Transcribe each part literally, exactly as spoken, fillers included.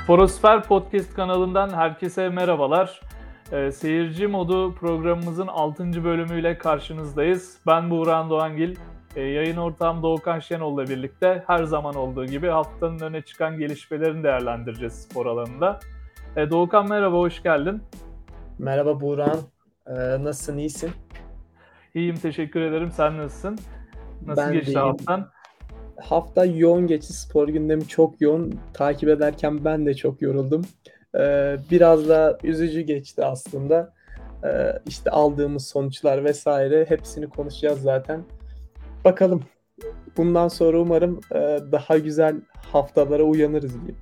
Sporosfer Podcast kanalından herkese merhabalar. Ee, Seyirci Modu programımızın altıncı bölümüyle karşınızdayız. Ben Buğra Doğangil, ee, yayın ortağım Doğukan Şenol'la birlikte her zaman olduğu gibi haftanın öne çıkan gelişmelerini değerlendireceğiz spor alanında. Ee, Doğukan merhaba, hoş geldin. Merhaba Buğra, ee, nasılsın, iyisin? İyiyim, teşekkür ederim. Sen nasılsın? Nasıl Ben de geçti iyiyim. haftan? Hafta yoğun geçti, spor gündemi çok yoğun. Takip ederken ben de çok yoruldum. Ee, biraz da üzücü geçti aslında. Ee, işte aldığımız sonuçlar vesaire hepsini konuşacağız zaten. Bakalım. Bundan sonra umarım e, daha güzel haftalara uyanırız diyeyim.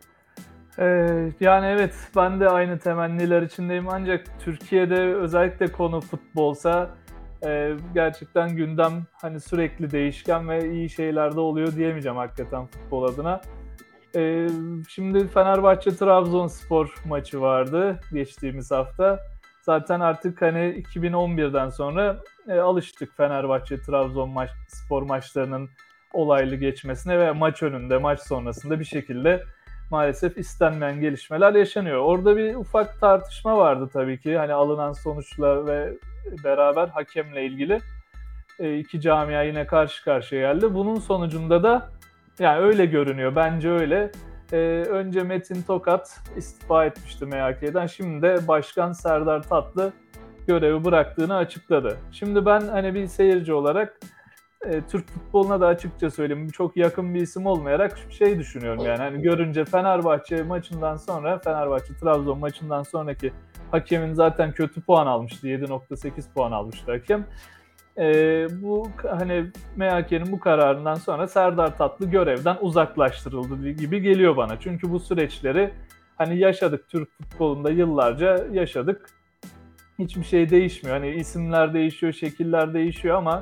Ee, yani evet, ben de aynı temenniler içindeyim ancak Türkiye'de özellikle konu futbolsa e, gerçekten gündem hani sürekli değişken ve iyi şeyler de oluyor diyemeyeceğim hakikaten futbol adına. Ee, şimdi Fenerbahçe-Trabzonspor maçı vardı geçtiğimiz hafta. Zaten artık hani iki bin on birden sonra e, alıştık Fenerbahçe-Trabzon maç, spor maçlarının olaylı geçmesine ve maç önünde, maç sonrasında bir şekilde maalesef istenmeyen gelişmeler yaşanıyor. Orada bir ufak tartışma vardı tabii ki. Hani alınan sonuçla ve beraber hakemle ilgili e, iki camia yine karşı karşıya geldi. Bunun sonucunda da yani öyle görünüyor. Bence öyle. E, önce Metin Tokat istifa etmişti M H K'den. Şimdi de Başkan Serdar Tatlı görevi bıraktığını açıkladı. Şimdi ben hani bir seyirci olarak e, Türk futboluna da açıkça söyleyeyim çok yakın bir isim olmayarak şey düşünüyorum yani hani görünce Fenerbahçe maçından sonra Fenerbahçe Trabzon maçından sonraki hakemin zaten kötü puan almıştı. yedi nokta sekiz puan almıştı hakem. E, bu hani M H K'nin bu kararından sonra Serdar Tatlı görevden uzaklaştırıldı gibi geliyor bana. Çünkü bu süreçleri hani yaşadık, Türk futbolunda yıllarca yaşadık. Hiçbir şey değişmiyor. Hani isimler değişiyor, şekiller değişiyor ama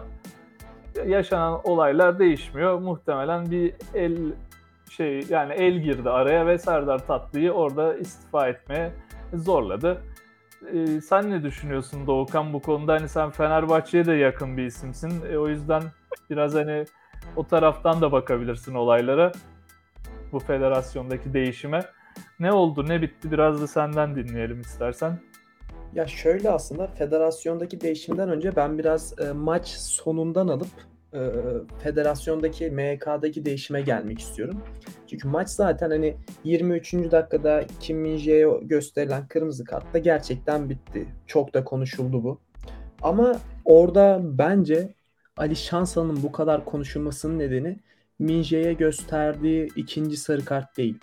yaşanan olaylar değişmiyor. Muhtemelen bir el şey yani el girdi araya ve Serdar Tatlı'yı orada istifa etmeye zorladı. Ee, sen ne düşünüyorsun Doğukan bu konuda? Hani sen Fenerbahçe'ye de yakın bir isimsin. E, o yüzden biraz hani o taraftan da bakabilirsin olaylara. Bu federasyondaki değişime. Ne oldu, ne bitti? Biraz da senden dinleyelim istersen. Ya şöyle aslında federasyondaki değişimden önce ben biraz e, maç sonundan alıp e, federasyondaki M H K'daki değişime gelmek istiyorum. Çünkü maç zaten hani yirmi üçüncü dakikada Kim Min-jae'ye gösterilen kırmızı kartla gerçekten bitti. Çok da konuşuldu bu. Ama orada bence Ali Şansalan'ın bu kadar konuşulmasının nedeni Min-jae'ye gösterdiği ikinci sarı kart değil.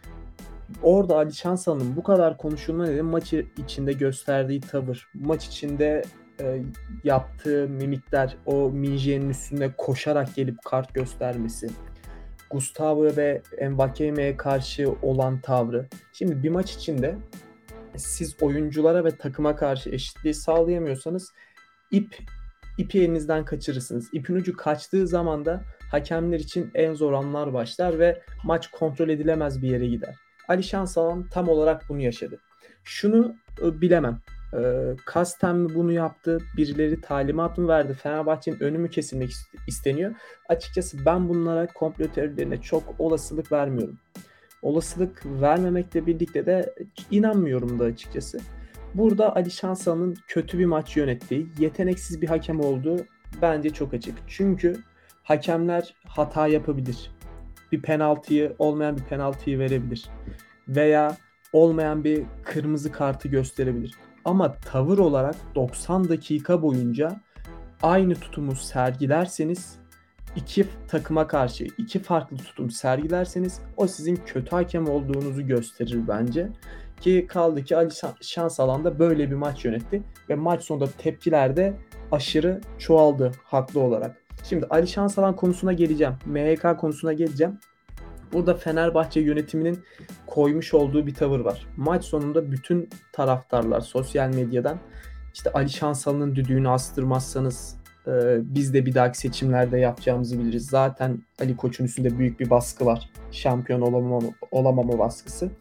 Orada Ali Şansalan'ın bu kadar konuşulma nedeni maçı içinde gösterdiği tavır, maç içinde e, yaptığı mimikler, o Min-jae'nin üstünde koşarak gelip kart göstermesi, Gustavo ve Mbappé'ye karşı olan tavrı. Şimdi bir maç içinde siz oyunculara ve takıma karşı eşitliği sağlayamıyorsanız ip ipi elinizden kaçırırsınız. İpin ucu kaçtığı zaman da hakemler için en zor anlar başlar ve maç kontrol edilemez bir yere gider. Ali Şansalan tam olarak bunu yaşadı. Şunu e, bilemem. E, kasten mi bunu yaptı? Birileri talimat mı verdi? Fenerbahçe'nin önü mü kesilmek isteniyor? Açıkçası ben bunlara komplo teorilerine çok olasılık vermiyorum. Olasılık vermemekle birlikte de inanmıyorum da açıkçası. Burada Ali Şansalan'ın kötü bir maç yönettiği, yeteneksiz bir hakem olduğu bence çok açık. Çünkü hakemler hata yapabilir. Bir penaltıyı, olmayan bir penaltıyı verebilir. Veya olmayan bir kırmızı kartı gösterebilir. Ama tavır olarak doksan dakika boyunca aynı tutumu sergilerseniz, iki takıma karşı iki farklı tutum sergilerseniz o sizin kötü hakem olduğunuzu gösterir bence. Ki kaldı ki Ali Şansalan da böyle bir maç yönetti ve maç sonunda tepkiler de aşırı çoğaldı haklı olarak. Şimdi Ali Şansalan konusuna geleceğim. M H K konusuna geleceğim. Burada Fenerbahçe yönetiminin koymuş olduğu bir tavır var. Maç sonunda bütün taraftarlar sosyal medyadan işte Ali Şansalan'ın düdüğünü astırmazsanız e, biz de bir dahaki seçimlerde yapacağımızı biliriz. Zaten Ali Koç'un üstünde büyük bir baskı var. Şampiyon olamama, olamama baskısı.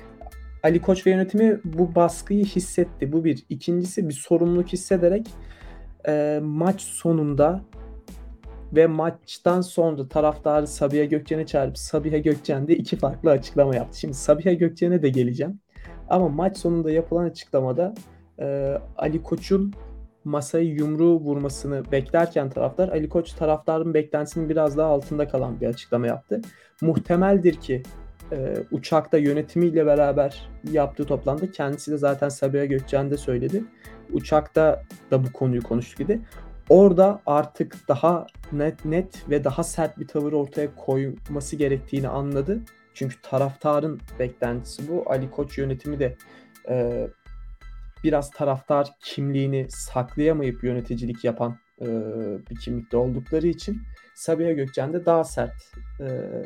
Ali Koç ve yönetimi bu baskıyı hissetti. Bu bir. İkincisi bir sorumluluk hissederek e, maç sonunda Ve maçtan sonra taraftarı Sabiha Gökçen'e çağırıp Sabiha Gökçen de iki farklı açıklama yaptı. Şimdi Sabiha Gökçen'e de geleceğim. Ama maç sonunda yapılan açıklamada e, Ali Koç'un masayı yumruğu vurmasını beklerken taraftar, Ali Koç taraftarın beklentisinin biraz daha altında kalan bir açıklama yaptı. Muhtemeldir ki e, uçakta yönetimiyle beraber yaptığı toplantıda, kendisi de zaten Sabiha Gökçen de söyledi. Uçakta da bu konuyu konuştuk dedi. Orada artık daha net net ve daha sert bir tavır ortaya koyması gerektiğini anladı. Çünkü taraftarın beklentisi bu. Ali Koç yönetimi de e, biraz taraftar kimliğini saklayamayıp yöneticilik yapan e, bir kimlikte oldukları için Sabiha Gökçen de daha sert e,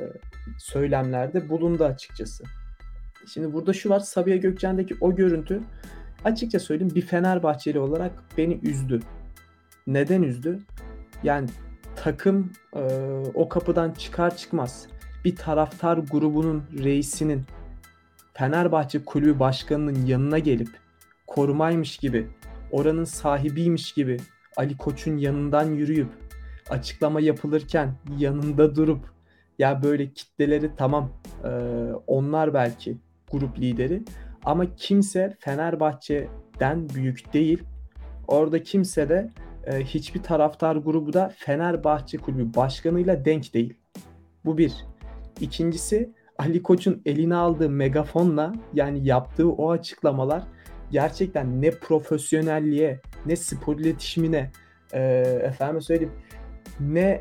söylemlerde bulundu açıkçası. Şimdi burada şu var, Sabiha Gökçen'deki o görüntü açıkça söyleyeyim bir Fenerbahçeli olarak beni üzdü. Neden üzdü? Yani takım e, o kapıdan çıkar çıkmaz bir taraftar grubunun reisinin Fenerbahçe kulübü başkanının yanına gelip korumaymış gibi, oranın sahibiymiş gibi Ali Koç'un yanından yürüyüp açıklama yapılırken yanında durup ya böyle kitleleri tamam e, onlar belki grup lideri ama kimse Fenerbahçe'den büyük değil. Orada kimse de e, hiçbir taraftar grubu da Fenerbahçe kulübü başkanıyla denk değil. Bu bir. İkincisi, Ali Koç'un eline aldığı megafonla yani yaptığı o açıklamalar gerçekten ne profesyonelliğe, ne spor iletişimine, e, efendim söyleyeyim, ne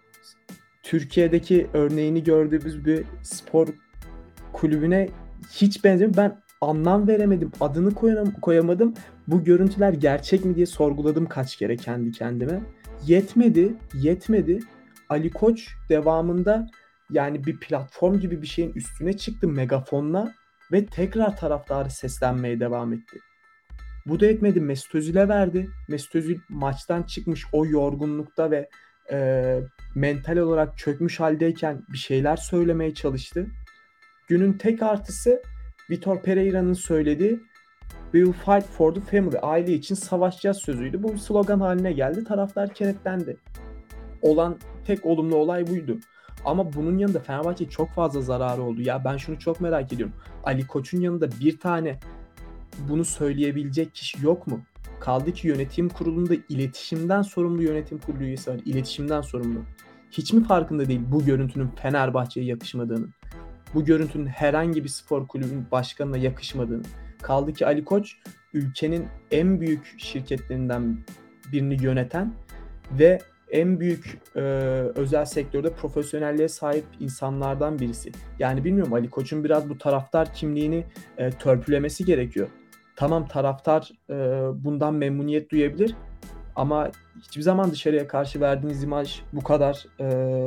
Türkiye'deki örneğini gördüğümüz bir spor kulübüne hiç benzemiyor. Ben anlam veremedim, adını koyam- koyamadım. Bu görüntüler gerçek mi diye sorguladım kaç kere kendi kendime. Yetmedi, yetmedi. Ali Koç devamında yani bir platform gibi bir şeyin üstüne çıktı megafonla ve tekrar taraftarı seslenmeye devam etti. Bu da etmedi. Mesut Özil'e verdi. Mesut Özil maçtan çıkmış o yorgunlukta ve e, mental olarak çökmüş haldeyken bir şeyler söylemeye çalıştı. Günün tek artısı Vitor Pereira'nın söylediği "We will fight for the family." Aile için savaşacağız sözüydü. Bu bir slogan haline geldi. Taraftar kenetlendi. Olan tek olumlu olay buydu. Ama bunun yanında Fenerbahçe'ye çok fazla zararı oldu. Ya ben şunu çok merak ediyorum. Ali Koç'un yanında bir tane bunu söyleyebilecek kişi yok mu? Kaldı ki yönetim kurulunda iletişimden sorumlu yönetim kurulu üyesi var. İletişimden sorumlu. Hiç mi farkında değil bu görüntünün Fenerbahçe'ye yakışmadığını? Bu görüntünün herhangi bir spor kulübünün başkanına yakışmadığını. Kaldı ki Ali Koç ülkenin en büyük şirketlerinden birini yöneten ve en büyük e, özel sektörde profesyonelliğe sahip insanlardan birisi. Yani bilmiyorum, Ali Koç'un biraz bu taraftar kimliğini e, törpülemesi gerekiyor. Tamam, taraftar e, bundan memnuniyet duyabilir ama hiçbir zaman dışarıya karşı verdiğiniz imaj bu kadar e,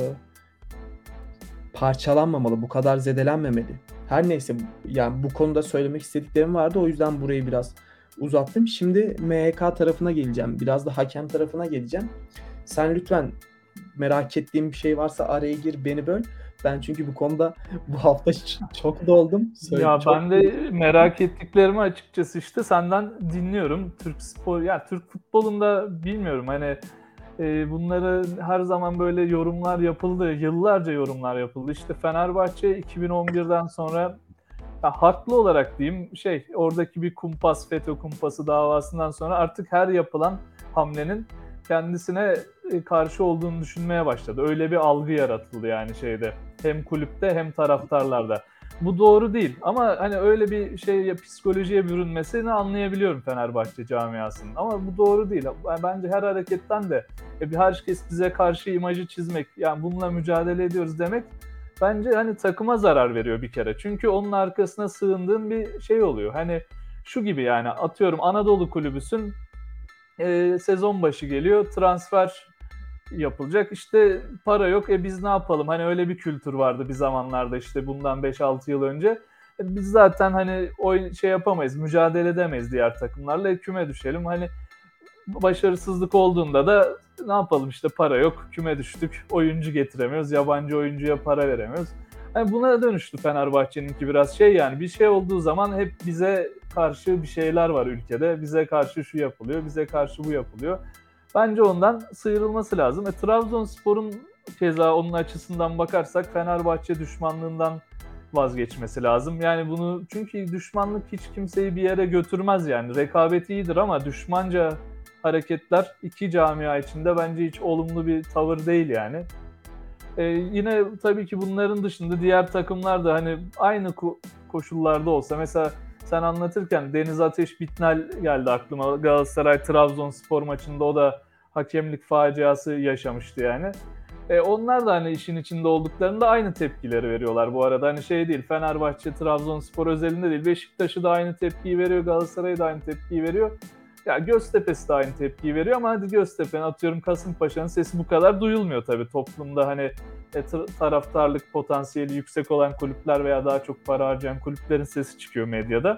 parçalanmamalı, bu kadar zedelenmemeli. Her neyse, yani bu konuda söylemek istediklerim vardı, o yüzden burayı biraz uzattım. Şimdi M H K tarafına geleceğim, biraz da hakem tarafına geleceğim. Sen lütfen merak ettiğim bir şey varsa araya gir, beni böl. Ben çünkü bu konuda bu hafta çok doldum. Söyle, Ya çok ben de merak ettiklerimi açıkçası işte senden dinliyorum. Türk spor, ya Türk futbolunda bilmiyorum hani e, bunları her zaman böyle yorumlar yapıldı. Yıllarca yorumlar yapıldı. İşte Fenerbahçe iki bin on birden sonra ya haklı olarak diyeyim şey oradaki bir kumpas, FETÖ kumpası davasından sonra artık her yapılan hamlenin kendisine karşı olduğunu düşünmeye başladı. Öyle bir algı yaratıldı yani şeyde. Hem kulüpte hem taraftarlarda. Bu doğru değil ama hani öyle bir şey psikolojiye bürünmesini anlayabiliyorum Fenerbahçe camiasının. Ama bu doğru değil. Bence her hareketten de bir herkes bize karşı imajı çizmek, yani bununla mücadele ediyoruz demek bence hani takıma zarar veriyor bir kere. Çünkü onun arkasına sığındığın bir şey oluyor. Hani şu gibi yani atıyorum Anadolu kulübüsün e, sezon başı geliyor, transfer yapılacak. İşte para yok. E biz ne yapalım? Hani öyle bir kültür vardı bir zamanlarda işte bundan beş altı yıl önce. E biz zaten hani o şey yapamayız, mücadele edemeyiz diğer takımlarla. E küme düşelim. Hani başarısızlık olduğunda da ne yapalım işte para yok, küme düştük, oyuncu getiremiyoruz, yabancı oyuncuya para veremiyoruz. Yani buna dönüştü Fenerbahçe'ninki biraz şey yani bir şey olduğu zaman hep bize karşı bir şeyler var ülkede. Bize karşı şu yapılıyor, bize karşı bu yapılıyor. Bence ondan sıyrılması lazım. E, Trabzonspor'un keza onun açısından bakarsak Fenerbahçe düşmanlığından vazgeçmesi lazım. Yani bunu çünkü düşmanlık hiç kimseyi bir yere götürmez yani. Rekabet iyidir ama düşmanca hareketler iki camia içinde bence hiç olumlu bir tavır değil yani. Ee, yine tabii ki bunların dışında diğer takımlar da hani aynı ko- koşullarda olsa mesela sen anlatırken Deniz Ateş Bitnel geldi aklıma. Galatasaray Trabzonspor maçında o da hakemlik faciası yaşamıştı yani. E, onlar da hani işin içinde olduklarında aynı tepkileri veriyorlar bu arada. Hani şey değil, Fenerbahçe, Trabzonspor özelinde değil. Beşiktaş'ı da aynı tepkiyi veriyor, Galatasaray da aynı tepkiyi veriyor. Ya Göztepe'si de aynı tepkiyi veriyor ama hadi Göztepe'nin atıyorum Kasımpaşa'nın sesi bu kadar duyulmuyor tabii toplumda hani e, taraftarlık potansiyeli yüksek olan kulüpler veya daha çok para harcayan kulüplerin sesi çıkıyor medyada.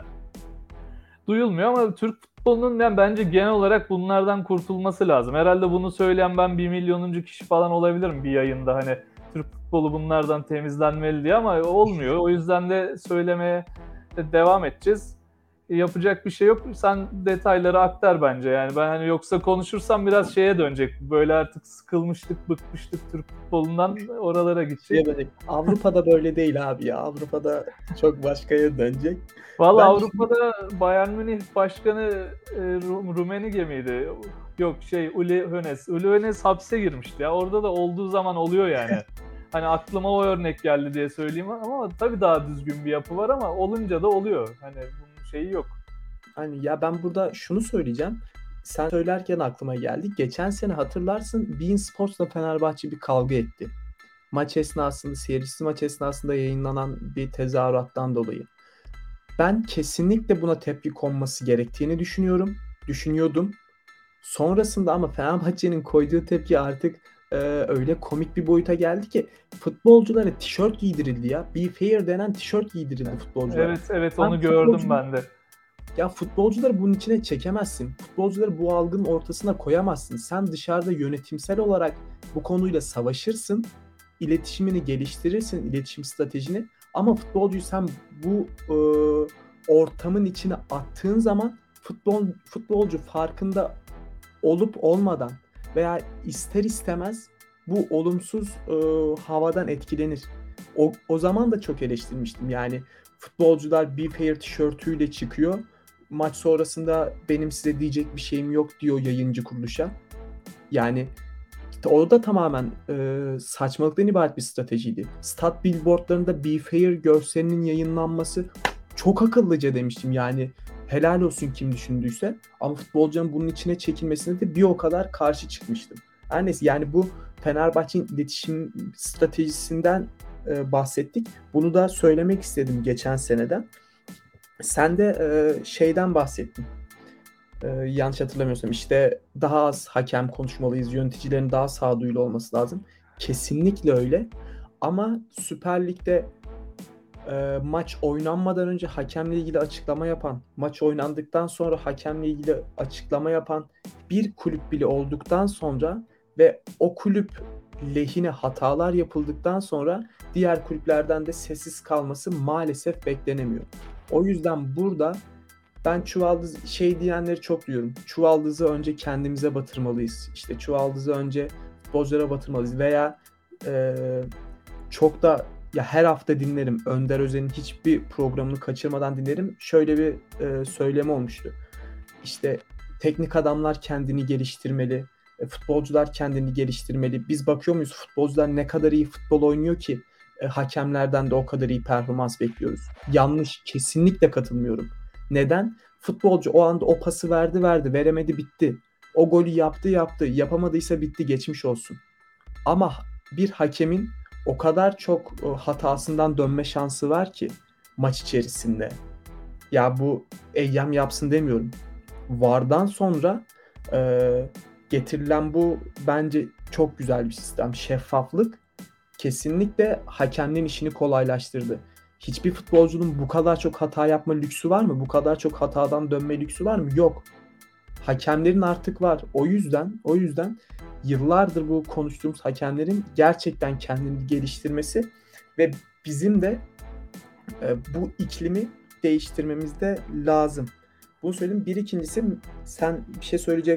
Duyulmuyor ama Türk futbolunun yani bence genel olarak bunlardan kurtulması lazım. Herhalde bunu söyleyen ben bir milyonuncu kişi falan olabilirim bir yayında hani Türk futbolu bunlardan temizlenmeli diye ama olmuyor. O yüzden de söylemeye devam edeceğiz. Yapacak bir şey yok. Sen detayları aktar bence. Yani ben hani yoksa konuşursam biraz şeye dönecek. Böyle artık sıkılmıştık, bıkmıştık Türk futbolundan oralara gidecek. Avrupa'da böyle değil abi ya. Avrupa'da çok başkaya dönecek. Valla Ben Avrupa'da Bayern Münih başkanı e, Rum- Rummenigge miydi? Yok şey Uli Hoeneß. Uli Hoeneß hapse girmişti ya. Orada da olduğu zaman oluyor yani. Hani aklıma o örnek geldi diye söyleyeyim ama tabii daha düzgün bir yapı var ama olunca da oluyor. Hani bunun şeyi yok. Hani ya ben burada şunu söyleyeceğim. Sen söylerken aklıma geldi. Geçen sene hatırlarsın beIN Sports'la Fenerbahçe bir kavga etti. Maç esnasında, seyircisiz maç esnasında yayınlanan bir tezahürattan dolayı. Ben kesinlikle buna tepki konması gerektiğini düşünüyorum. Düşünüyordum. Sonrasında ama Fenerbahçe'nin koyduğu tepki artık e, öyle komik bir boyuta geldi ki futbolculara tişört giydirildi ya. Be Fair denen tişört giydirildi futbolculara. Evet evet Ben onu gördüm futbolcu ben de. ya futbolcuları bunun içine çekemezsin. Futbolcuları bu algının ortasına koyamazsın. Sen dışarıda yönetimsel olarak bu konuyla savaşırsın, iletişimini geliştirirsin, iletişim stratejini. Ama futbolcuyu sen bu e, ortamın içine attığın zaman futbol futbolcu farkında olup olmadan veya ister istemez bu olumsuz e, havadan etkilenir. O, o zaman da çok eleştirmiştim. Yani futbolcular Be Fair tişörtüyle çıkıyor. Maç sonrasında benim size diyecek bir şeyim yok diyor yayıncı kuruluşa. Yani o da tamamen e, saçmalıktan ibaret bir stratejiydi. Stat billboardlarında Be Fair görselinin yayınlanması çok akıllıca demiştim. Yani helal olsun kim düşündüyse. Ama futbolcunun bunun içine çekilmesine de bir o kadar karşı çıkmıştım. Her neyse yani bu Fenerbahçe'nin iletişim stratejisinden e, bahsettik. Bunu da söylemek istedim geçen seneden. Sen de e, şeyden bahsettin. Ee, yanlış hatırlamıyorsam işte daha az hakem konuşmalıyız, yöneticilerin daha sağduyulu olması lazım. Kesinlikle öyle. Ama Süper Lig'de e, maç oynanmadan önce hakemle ilgili açıklama yapan, maç oynandıktan sonra hakemle ilgili açıklama yapan bir kulüp bile olduktan sonra ve o kulüp lehine hatalar yapıldıktan sonra diğer kulüplerden de sessiz kalması maalesef beklenemiyor. O yüzden burada ben çuvaldız şey diyenleri çok duyuyorum. Çuvaldızı önce kendimize batırmalıyız. İşte çuvaldızı önce futbolculara batırmalıyız veya e, çok da ya her hafta dinlerim. Önder Özen'in hiçbir programını kaçırmadan dinlerim. Şöyle bir e, söylemi olmuştu. İşte teknik adamlar kendini geliştirmeli. E, futbolcular kendini geliştirmeli. Biz bakıyor muyuz futbolcular ne kadar iyi futbol oynuyor ki e, hakemlerden de o kadar iyi performans bekliyoruz. Yanlış. Kesinlikle katılmıyorum. Neden? Futbolcu o anda o pası verdi verdi. Veremedi bitti. O golü yaptı yaptı. Yapamadıysa bitti geçmiş olsun. Ama bir hakemin o kadar çok e, hatasından dönme şansı var ki maç içerisinde. Ya bu Eyyam yapsın demiyorum. VAR'dan sonra e, getirilen bu bence çok güzel bir sistem. Şeffaflık kesinlikle hakemlerin işini kolaylaştırdı. Hiçbir futbolcunun bu kadar çok hata yapma lüksü var mı? Bu kadar çok hatadan dönme lüksü var mı? Yok. Hakemlerin artık var. O yüzden, o yüzden yıllardır bu konuştuğumuz hakemlerin gerçekten kendini geliştirmesi ve bizim de e, bu iklimi değiştirmemiz de lazım. Bunu söyleyeyim. Bir ikincisi sen bir şey söyleyecek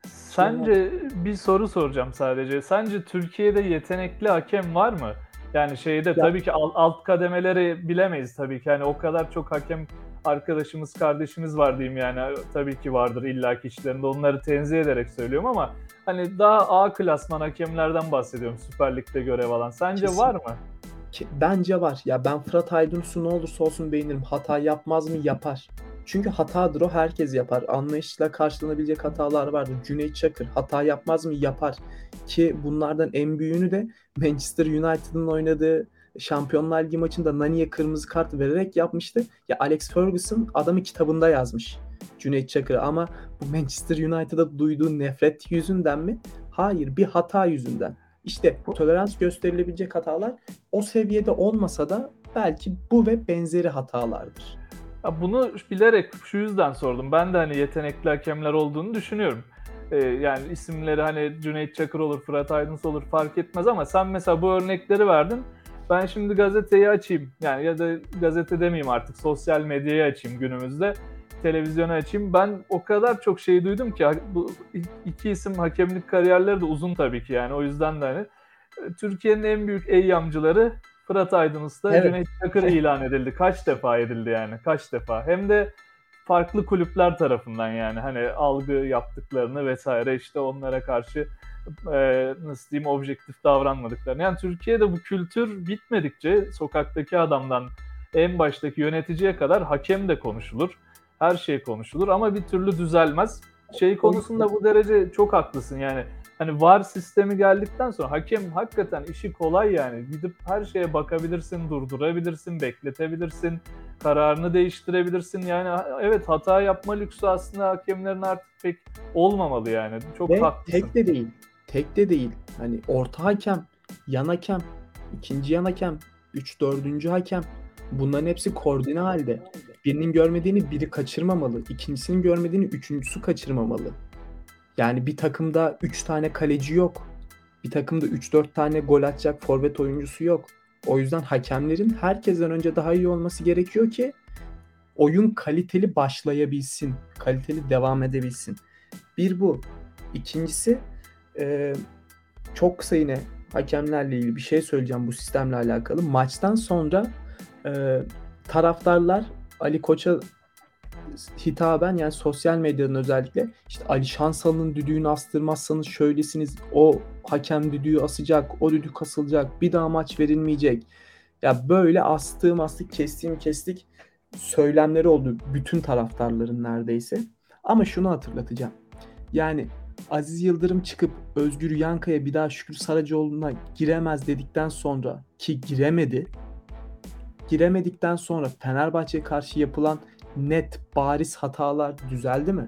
Sence bir soru soracağım sadece. Sence Türkiye'de yetenekli hakem var mı? Yani şeyde Ya tabii ki alt, alt kademeleri bilemeyiz tabii ki. Hani o kadar çok hakem arkadaşımız, kardeşimiz var diyeyim yani. Tabii ki vardır illaki içlerinde. Onları tenzih ederek söylüyorum ama hani daha A klasman hakemlerden bahsediyorum Süper Lig'de görev alan. Sence kesin var mı? Ki- Bence var. Ya ben Fırat Aydınus'u ne olursa olsun beğenirim. Hata yapmaz mı? Yapar. Çünkü hatadır o, herkes yapar. Anlayışla karşılanabilecek hatalar vardır. Cüneyt Çakır hata yapmaz mı? Yapar. Ki bunlardan en büyüğünü de Manchester United'ın oynadığı Şampiyonlar Ligi maçında Nani'ye kırmızı kart vererek yapmıştı. Ya Alex Ferguson adamı kitabında yazmış Cüneyt Çakır'ı, ama bu Manchester United'a duyduğu nefret yüzünden mi? Hayır, bir hata yüzünden. İşte tolerans gösterilebilecek hatalar o seviyede olmasa da belki bu ve benzeri hatalardır. Ya bunu bilerek şu yüzden sordum. Ben de hani yetenekli hakemler olduğunu düşünüyorum. Ee, yani isimleri hani Cüneyt Çakır olur, Fırat Aydınus olur fark etmez ama sen mesela bu örnekleri verdin. Ben şimdi gazeteyi açayım. Yani ya da gazete demeyeyim artık sosyal medyayı açayım günümüzde. Televizyonu açayım. Ben o kadar çok şey duydum ki bu iki isim hakemlik kariyerleri de uzun tabii ki yani o yüzden de hani Türkiye'nin en büyük eyyamcıları Fırat Aydınus'ta Evet. Cüneyt Çakır ilan edildi. Kaç defa edildi yani? Kaç defa? Hem de farklı kulüpler tarafından yani hani algı yaptıklarını vesaire işte onlara karşı e, nasıl diyeyim objektif davranmadıklarını. Yani Türkiye'de bu kültür bitmedikçe sokaktaki adamdan en baştaki yöneticiye kadar hakem de konuşulur. Her şey konuşulur ama bir türlü düzelmez. Şey O konusunda bu derece çok haklısın yani. Hani V A R sistemi geldikten sonra hakem hakikaten işi kolay yani. Gidip her şeye bakabilirsin, durdurabilirsin, bekletebilirsin, kararını değiştirebilirsin. Yani evet hata yapma lüksü aslında hakemlerin artık pek olmamalı yani. Çok ve haklısın. tek de değil. Tek de değil. Hani orta hakem, yan hakem, ikinci yan hakem, üç dördüncü hakem. Bunların hepsi koordine halde. Birinin görmediğini biri kaçırmamalı. İkincisinin görmediğini üçüncüsü kaçırmamalı. Yani bir takımda üç tane kaleci yok. Bir takımda üç dört tane gol atacak forvet oyuncusu yok. O yüzden hakemlerin herkesten önce daha iyi olması gerekiyor ki oyun kaliteli başlayabilsin, kaliteli devam edebilsin. Bir bu. İkincisi e, çok kısa yine hakemlerle ilgili bir şey söyleyeceğim bu sistemle alakalı. Maçtan sonra e, taraftarlar Ali Koç'a hitaben, yani sosyal medyanın özellikle işte Ali Şansalı'nın düdüğünü astırmazsanız şöylesiniz, o hakem düdüğü asacak, o düdük asılacak, bir daha maç verilmeyecek. Ya böyle astığım astık, kestiğim kestik söylemleri oldu bütün taraftarların neredeyse. Ama şunu hatırlatacağım. Yani Aziz Yıldırım çıkıp Özgür Yankaya bir daha Şükrü Saracoğlu'na giremez dedikten sonra, ki giremedi. Giremedikten sonra Fenerbahçe'ye karşı yapılan net bariz hatalar düzeldi mi?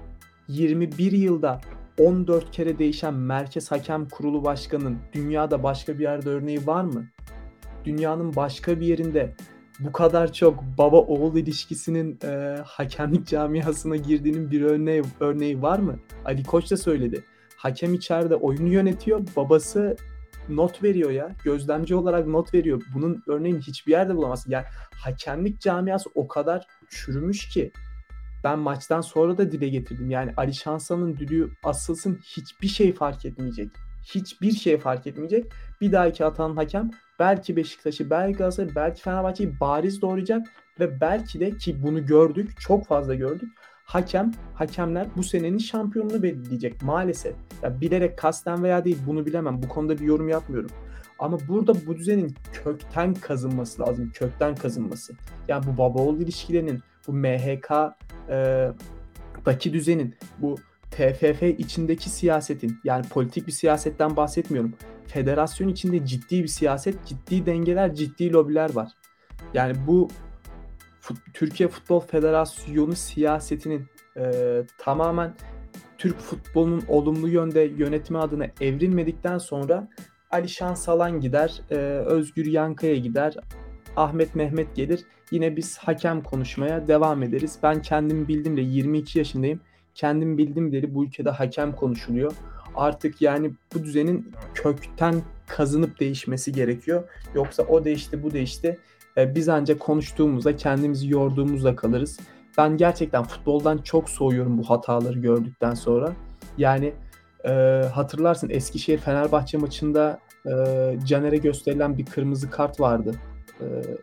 yirmi bir yılda on dört kere değişen Merkez Hakem Kurulu Başkanı'nın dünyada başka bir yerde örneği var mı? Dünyanın başka bir yerinde bu kadar çok baba oğul ilişkisinin e, hakemlik camiasına girdiğinin bir örneği, örneği var mı? Ali Koç da söyledi. Hakem içeride oyunu yönetiyor, babası not veriyor ya. Gözlemci olarak not veriyor. Bunun örneğini hiçbir yerde bulamazsın. Yani hakemlik camiası o kadar çürümüş ki ben maçtan sonra da dile getirdim. Yani Ali Şansalı'nın düdüğü asılsın, hiçbir şey fark etmeyecek. Hiçbir şey fark etmeyecek. Bir dahaki atan hakem belki Beşiktaş'ı, belki Galatasaray'ı, belki Fenerbahçe'yi bariz doğrayacak ve belki de, ki bunu gördük, çok fazla gördük. Hakem, hakemler bu senenin şampiyonunu belirleyecek maalesef. Ya bilerek, kasten veya değil, bunu bilemem. Bu konuda bir yorum yapmıyorum. Ama burada bu düzenin kökten kazınması lazım. Kökten kazınması. Yani bu baba oğul ilişkilerinin, bu M H K e, daki düzenin, bu T F F içindeki siyasetin, yani politik bir siyasetten bahsetmiyorum. Federasyon içinde ciddi bir siyaset, ciddi dengeler, ciddi lobiler var. Yani bu fut, Türkiye Futbol Federasyonu siyasetinin e, tamamen Türk futbolunun olumlu yönde yönetimi adına evrilmedikten sonra Ali Şansalan gider, e, Özgür Yankaya gider, Ahmet Mehmet gelir. Yine biz hakem konuşmaya devam ederiz. Ben kendim bildim de yirmi iki yaşındayım. Kendim bildim dedi bu ülkede hakem konuşuluyor. Artık yani bu düzenin kökten kazınıp değişmesi gerekiyor. Yoksa o değişti, bu değişti. Ee, biz ancak konuştuğumuzda, kendimizi yorduğumuzda kalırız. Ben gerçekten futboldan çok soğuyorum bu hataları gördükten sonra. Yani e, hatırlarsın Eskişehir Fenerbahçe maçında e, Caner'e gösterilen bir kırmızı kart vardı. E,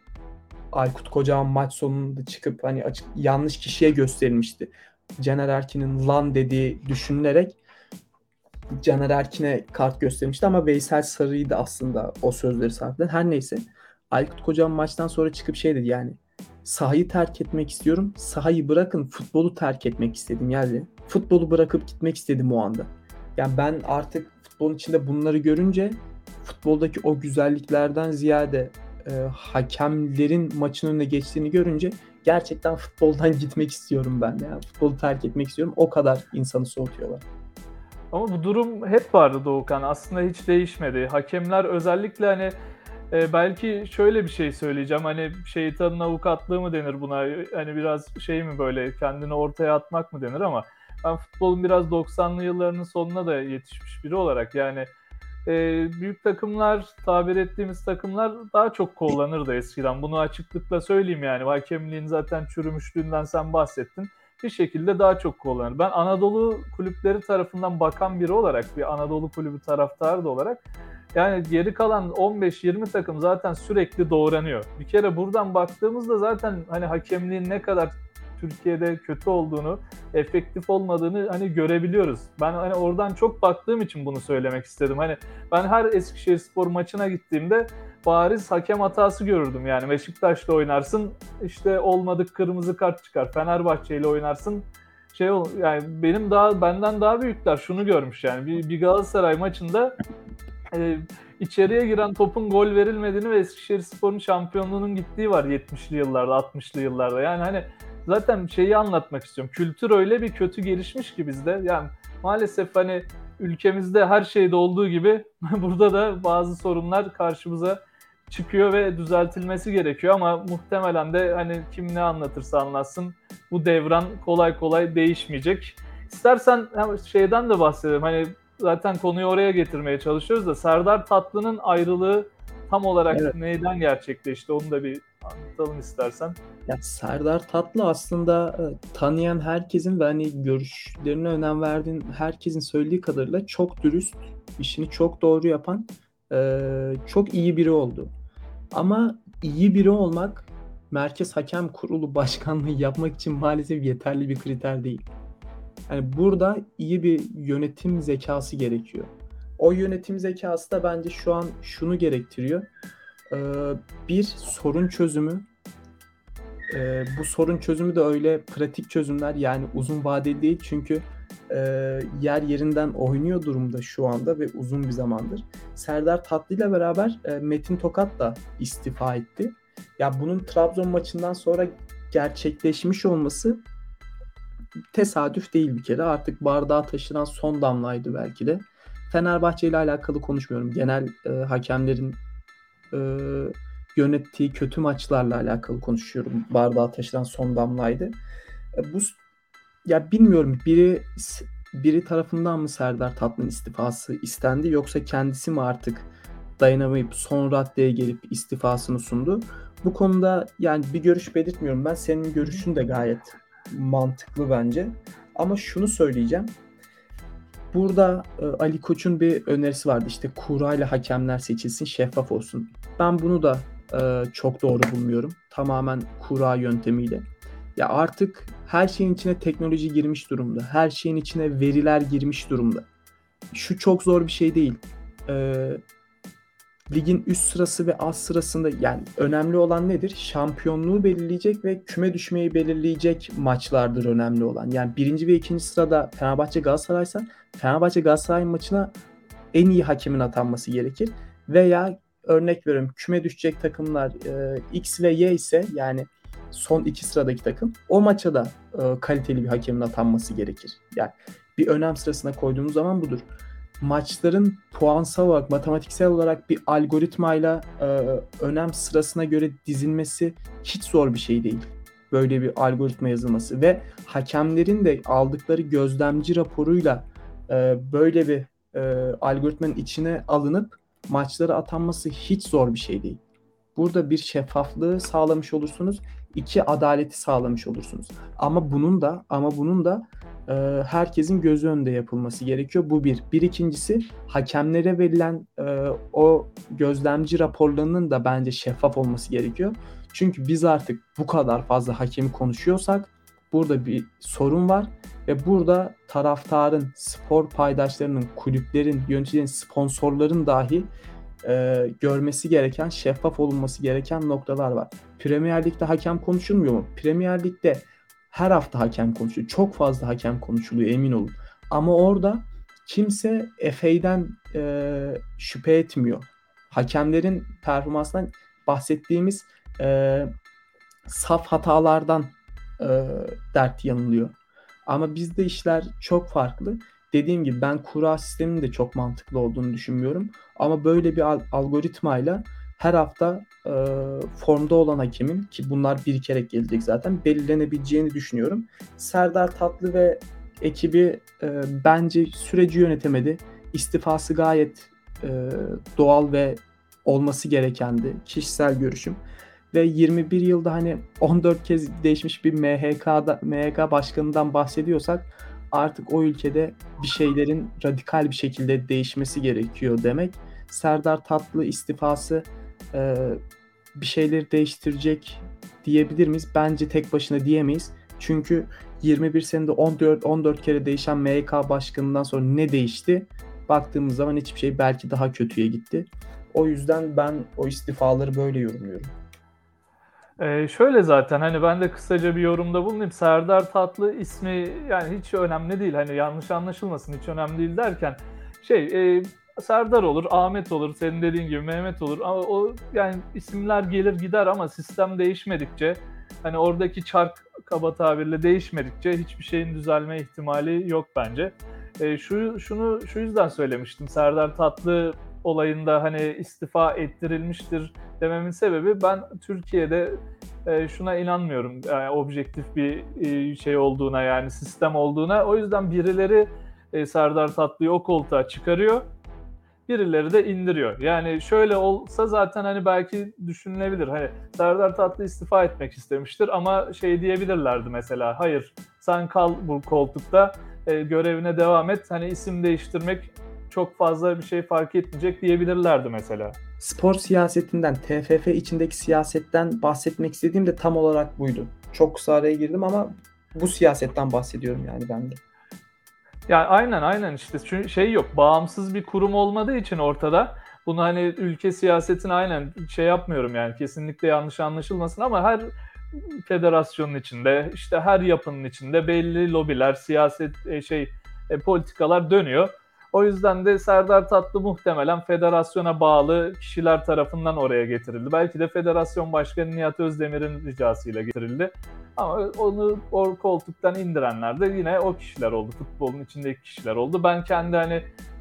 Aykut Kocaman maç sonunda çıkıp hani açık, yanlış kişiye gösterilmişti. Caner Erkin'in lan dediği düşünülerek Caner Erkin'e kart göstermişti ama Veysel Sarı'ydı aslında o sözleri sarf eden. Her neyse Aykut Kocaman maçtan sonra çıkıp şey dedi yani sahayı terk etmek istiyorum. Sahayı bırakın futbolu terk etmek istedim yani. Futbolu bırakıp gitmek istedim o anda. Yani ben artık futbolun içinde bunları görünce futboldaki o güzelliklerden ziyade e, hakemlerin maçın önüne geçtiğini görünce gerçekten futboldan gitmek istiyorum ben de. Yani futbolu terk etmek istiyorum. O kadar insanı soğutuyorlar. Ama bu durum hep vardı Doğukan. Aslında hiç değişmedi. Hakemler özellikle hani e, belki şöyle bir şey söyleyeceğim. Hani şeytanın avukatlığı mı denir buna? Hani biraz şey mi böyle kendini ortaya atmak mı denir ama ben futbolun biraz doksanlı yıllarının sonuna da yetişmiş biri olarak yani e, büyük takımlar, tabir ettiğimiz takımlar daha çok kullanırdı eskiden. Bunu açıklıkla söyleyeyim yani. Hakemliğin zaten çürümüşlüğünden sen bahsettin. Bir şekilde daha çok kullanır. Ben Anadolu kulüpleri tarafından bakan biri olarak, bir Anadolu kulübü taraftarı da olarak yani geri kalan on beş yirmi takım zaten sürekli doğranıyor. Bir kere buradan baktığımızda zaten hani hakemliğin ne kadar Türkiye'de kötü olduğunu, efektif olmadığını hani görebiliyoruz. Ben hani oradan çok baktığım için bunu söylemek istedim. Hani ben her Eskişehirspor maçına gittiğimde bariz hakem hatası görürdüm. Yani Beşiktaş'la oynarsın işte olmadık kırmızı kart çıkar. Fenerbahçe ile oynarsın şey ol yani benim daha benden daha büyükler şunu görmüş yani bir, bir Galatasaray maçında e, içeriye giren topun gol verilmediğini ve Eskişehirspor'un şampiyonluğunun gittiği var yetmişli yıllarda, altmışlı yıllarda. Yani hani zaten şeyi anlatmak istiyorum. Kültür öyle bir kötü gelişmiş ki bizde. Yani maalesef hani ülkemizde her şeyde olduğu gibi burada da bazı sorunlar karşımıza çıkıyor ve düzeltilmesi gerekiyor ama muhtemelen de hani kim ne anlatırsa anlatsın bu devran kolay kolay değişmeyecek. İstersen şeyden de bahsedelim. Hani zaten konuyu oraya getirmeye çalışıyoruz da Serdar Tatlı'nın ayrılığı tam olarak Evet. neyden gerçekleşti onu da bir anlatalım istersen. Ya Serdar Tatlı aslında e, tanıyan herkesin ve hani görüşlerine önem verdiğin herkesin söylediği kadarıyla çok dürüst, işini çok doğru yapan e, çok iyi biri oldu. Ama iyi biri olmak Merkez Hakem Kurulu başkanlığı yapmak için maalesef yeterli bir kriter değil. Yani burada iyi bir yönetim zekası gerekiyor. O yönetim zekası da bence şu an şunu gerektiriyor. Ee, bir sorun çözümü. Ee, bu sorun çözümü de öyle pratik çözümler yani uzun vadeli değil çünkü e, yer yerinden oynuyor durumda şu anda ve uzun bir zamandır. Serdar Tatlı ile beraber e, Metin Tokat da istifa etti. Ya bunun Trabzon maçından sonra gerçekleşmiş olması tesadüf değil bir kere. Artık bardağa taşıran son damlaydı belki de. Fenerbahçe ile alakalı konuşmuyorum. Genel e, hakemlerin e, yönettiği kötü maçlarla alakalı konuşuyorum. Bardağa taşıran son damlaydı. E, bu ya bilmiyorum biri biri tarafından mı Serdar Tatlı'nın istifası istendi yoksa kendisi mi artık dayanamayıp son raddeye gelip istifasını sundu? Bu konuda yani bir görüş belirtmiyorum ben. Senin görüşün de gayet mantıklı bence. Ama şunu söyleyeceğim. Burada e, Ali Koç'un bir önerisi vardı. İşte kura ile hakemler seçilsin, şeffaf olsun. Ben bunu da e, çok doğru bulmuyorum. Tamamen kura yöntemiyle. Ya artık her şeyin içine teknoloji girmiş durumda. Her şeyin içine veriler girmiş durumda. Şu çok zor bir şey değil. E, ligin üst sırası ve alt sırasında yani önemli olan nedir? Şampiyonluğu belirleyecek ve küme düşmeyi belirleyecek maçlardır önemli olan. Yani birinci ve ikinci sırada Fenerbahçe Galatasaray'sa Fenerbahçe Galatasaray maçına en iyi hakemin atanması gerekir. Veya örnek veriyorum küme düşecek takımlar e, X ve Y ise yani son iki sıradaki takım o maça da e, kaliteli bir hakemin atanması gerekir. Yani bir önem sırasına koyduğumuz zaman budur. Maçların puansal olarak, matematiksel olarak bir algoritmayla e, önem sırasına göre dizilmesi hiç zor bir şey değil. Böyle bir algoritma yazılması ve hakemlerin de aldıkları gözlemci raporuyla e, böyle bir e, algoritmanın içine alınıp maçlara atanması hiç zor bir şey değil. Burada bir şeffaflığı sağlamış olursunuz, iki adaleti sağlamış olursunuz. Ama bunun da ama bunun da e, herkesin gözü önünde yapılması gerekiyor. Bu bir. Bir ikincisi hakemlere verilen e, o gözlemci raporlarının da bence şeffaf olması gerekiyor. Çünkü biz artık bu kadar fazla hakemi konuşuyorsak burada bir sorun var ve burada taraftarın, spor paydaşlarının, kulüplerin, yöneticilerin, sponsorların dahi e, görmesi gereken, şeffaf olunması gereken noktalar var. Premier Lig'de hakem konuşulmuyor mu? Premier Lig'de her hafta hakem konuşuluyor. Çok fazla hakem konuşuluyor, emin olun. Ama orada kimse F A'den e, şüphe etmiyor. Hakemlerin performansından bahsettiğimiz e, saf hatalardan e, dert yanılıyor. Ama bizde işler çok farklı. Dediğim gibi ben kura sisteminin de çok mantıklı olduğunu düşünmüyorum. Ama böyle bir al- algoritmayla her hafta e, formda olan hakemin, ki bunlar birikerek gelecek zaten, belirlenebileceğini düşünüyorum. Serdar Tatlı ve ekibi e, bence süreci yönetemedi. İstifası gayet e, doğal ve olması gerekendi. Kişisel görüşüm. Ve yirmi bir yılda hani on dört kez değişmiş bir M H K'da M H K başkanından bahsediyorsak artık o ülkede bir şeylerin radikal bir şekilde değişmesi gerekiyor demek. Serdar Tatlı istifası e, bir şeyleri değiştirecek diyebilir miyiz? Bence tek başına diyemeyiz. Çünkü yirmi bir senede on dört on dört kere değişen M H K başkanından sonra ne değişti? Baktığımız zaman hiçbir şey, belki daha kötüye gitti. O yüzden ben o istifaları böyle yorumluyorum. Ee, şöyle zaten hani ben de kısaca bir yorumda bulunayım. Serdar Tatlı ismi yani hiç önemli değil. Hani yanlış anlaşılmasın, hiç önemli değil derken şey e, Serdar olur, Ahmet olur, senin dediğin gibi Mehmet olur. Ama o yani isimler gelir gider ama sistem değişmedikçe hani oradaki çark kaba tabirle değişmedikçe hiçbir şeyin düzelme ihtimali yok bence. E, şu şunu şu yüzden söylemiştim. Serdar Tatlı olayında hani istifa ettirilmiştir dememin sebebi ben Türkiye'de e, şuna inanmıyorum. Yani objektif bir e, şey olduğuna, yani sistem olduğuna. O yüzden birileri e, Serdar Tatlı'yı o koltuğa çıkarıyor. Birileri de indiriyor. Yani şöyle olsa zaten hani belki düşünülebilir. Hani Serdar Tatlı istifa etmek istemiştir ama şey diyebilirlerdi mesela. Hayır, sen kal bu koltukta, e, görevine devam et. Hani isim değiştirmek çok fazla bir şey fark etmeyecek diyebilirlerdi mesela. Spor siyasetinden, T F F içindeki siyasetten bahsetmek istediğim de tam olarak buydu. Çok kısa araya girdim ama bu siyasetten bahsediyorum yani ben de. Yani aynen aynen işte çünkü şey yok, bağımsız bir kurum olmadığı için ortada. Bunu hani ülke siyasetine aynen şey yapmıyorum yani, kesinlikle yanlış anlaşılmasın ama her federasyonun içinde, işte her yapının içinde belli lobiler, siyaset e, şey e, politikalar dönüyor. O yüzden de Serdar Tatlı muhtemelen federasyona bağlı kişiler tarafından oraya getirildi. Belki de Federasyon Başkanı Nihat Özdemir'in ricasıyla getirildi. Ama onu o koltuktan indirenler de yine o kişiler oldu. Futbolun içindeki kişiler oldu. Ben kendi hani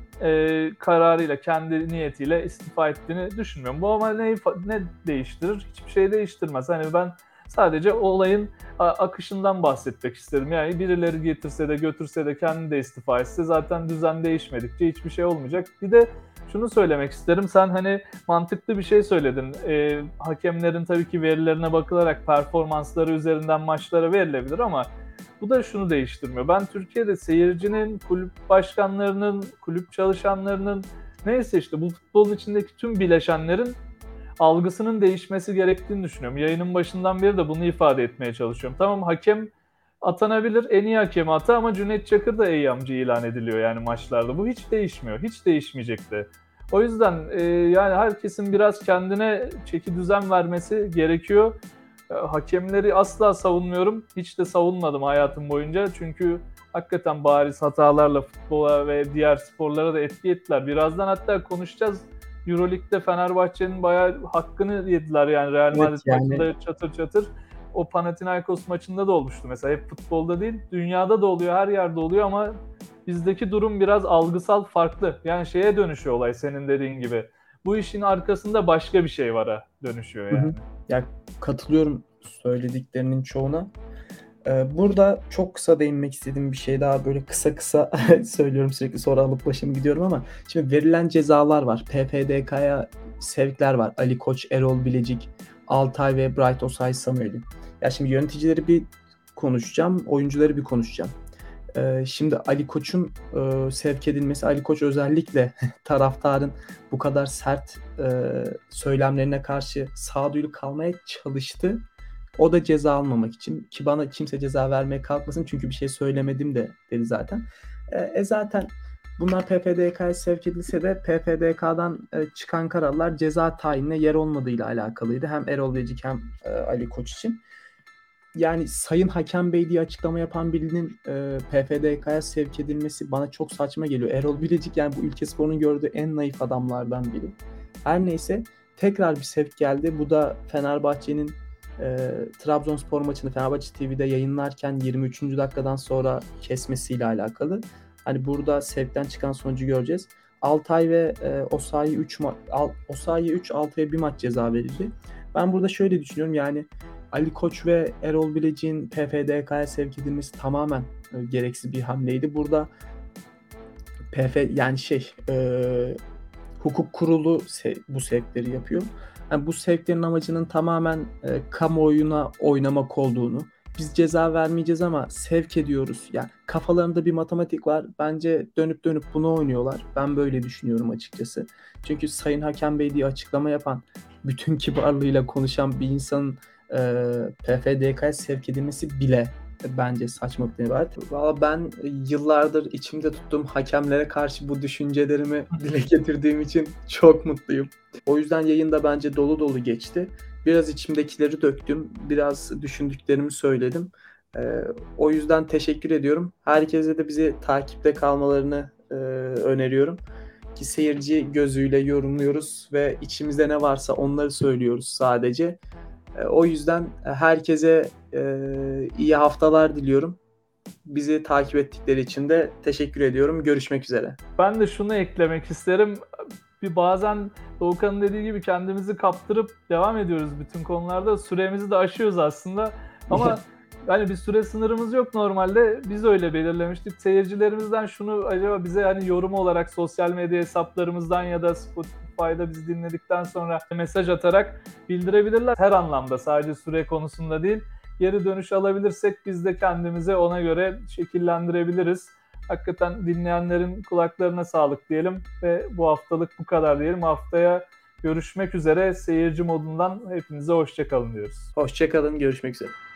e, kararıyla, kendi niyetiyle istifa ettiğini düşünmüyorum. Bu ama ne, ne değiştirir? Hiçbir şey değiştirmez. Hani ben sadece olayın akışından bahsetmek istedim. Yani birileri getirse de götürse de kendi de istifa etse zaten düzen değişmedikçe hiçbir şey olmayacak. Bir de şunu söylemek isterim. Sen hani mantıklı bir şey söyledin. E, hakemlerin tabii ki verilerine bakılarak performansları üzerinden maçlara verilebilir ama bu da şunu değiştirmiyor. Ben Türkiye'de seyircinin, kulüp başkanlarının, kulüp çalışanlarının, neyse işte bu futbolun içindeki tüm bileşenlerin algısının değişmesi gerektiğini düşünüyorum. Yayının başından beri de bunu ifade etmeye çalışıyorum. Tamam, hakem atanabilir, en iyi hakemi ata ama Cüneyt Çakır da eyyamcı ilan ediliyor yani maçlarda. Bu hiç değişmiyor, hiç değişmeyecek de. O yüzden e, yani herkesin biraz kendine çeki düzen vermesi gerekiyor. E, hakemleri asla savunmuyorum, hiç de savunmadım hayatım boyunca. Çünkü hakikaten bariz hatalarla futbola ve diğer sporlara da etki ettiler. Birazdan hatta konuşacağız. Euroleague'de Fenerbahçe'nin bayağı hakkını yediler yani Real Madrid Evet, yani maçında çatır çatır. O Panathinaikos maçında da olmuştu mesela. Hep futbolda değil, dünyada da oluyor, her yerde oluyor ama bizdeki durum biraz algısal farklı. Yani şeye dönüşüyor olay, senin dediğin gibi. Bu işin arkasında başka bir şey vara dönüşüyor Hı yani. hı. Ya katılıyorum söylediklerinin çoğuna. Ee, burada çok kısa değinmek istediğim bir şey daha, böyle kısa kısa söylüyorum sürekli, sonra alıp başımı gidiyorum ama şimdi verilen cezalar var. P F D K'ya sevkler var. Ali Koç, Erol Bilecik, Altay ve Bright Osay Samuel'in. Ya şimdi yöneticileri bir konuşacağım, oyuncuları bir konuşacağım. Ee, şimdi Ali Koç'un e, sevk edilmesi, Ali Koç özellikle taraftarın bu kadar sert e, söylemlerine karşı sağduyulu kalmaya çalıştı. O da ceza almamak için, ki bana kimse ceza vermeye kalkmasın çünkü bir şey söylemedim de dedi zaten. E, e zaten bunlar P F D K'ya sevk edilse de P F D K'dan e, çıkan kararlar ceza tayinine yer olmadığıyla alakalıydı. Hem Erol Bilecik hem e, Ali Koç için. Yani Sayın Hakem Bey diye açıklama yapan birinin e, P F D K'ya sevk edilmesi bana çok saçma geliyor. Erol Bilecik yani bu ülke sporunun gördüğü en naif adamlardan biri. Her neyse tekrar bir sevk geldi. Bu da Fenerbahçe'nin e, Trabzonspor maçını Fenerbahçe T V'de yayınlarken yirmi üçüncü dakikadan sonra kesmesiyle alakalı. Hani burada sevkten çıkan sonucu göreceğiz. Altay ve e, Osayi üç ma- Osayi üç, Altay'a bir maç ceza verildi. Ben burada şöyle düşünüyorum, yani Ali Koç ve Erol Bilecik'in P F D K'ya sevk edilmesi tamamen e, gereksiz bir hamleydi. Burada P F yani şey e, hukuk kurulu se- bu sevkleri yapıyor. Yani bu sevklerin amacının tamamen e, kamuoyuna oynamak olduğunu, biz ceza vermeyeceğiz ama sevk ediyoruz. Yani kafalarında bir matematik var. Bence dönüp dönüp bunu oynuyorlar. Ben böyle düşünüyorum açıkçası. Çünkü Sayın Hakem Bey diye açıklama yapan, bütün kibarlığıyla konuşan bir insanın e, P F D K'ya sevk edilmesi bile bence saçmalıktan ibaret. Valla ben yıllardır içimde tuttuğum hakemlere karşı bu düşüncelerimi dile getirdiğim için çok mutluyum. O yüzden yayında bence dolu dolu geçti. Biraz içimdekileri döktüm. Biraz düşündüklerimi söyledim. Ee, o yüzden teşekkür ediyorum. Herkese de bizi takipte kalmalarını e, öneriyorum. Ki seyirci gözüyle yorumluyoruz ve içimizde ne varsa onları söylüyoruz sadece. E, o yüzden herkese e, iyi haftalar diliyorum. Bizi takip ettikleri için de teşekkür ediyorum. Görüşmek üzere. Ben de şunu eklemek isterim. Bir bazen Doğukan'ın dediği gibi kendimizi kaptırıp devam ediyoruz bütün konularda. Süremizi de aşıyoruz aslında. Ama yani bir süre sınırımız yok normalde. Biz öyle belirlemiştik. Seyircilerimizden şunu acaba bize hani yorum olarak sosyal medya hesaplarımızdan ya da Spotify'da bizi dinledikten sonra mesaj atarak bildirebilirler. Her anlamda, sadece süre konusunda değil. Geri dönüş alabilirsek biz de kendimizi ona göre şekillendirebiliriz. Hakikaten dinleyenlerin kulaklarına sağlık diyelim ve bu haftalık bu kadar diyelim. Haftaya görüşmek üzere. Seyirci modundan hepinize hoşça kalın diyoruz. Hoşça kalın. Görüşmek üzere.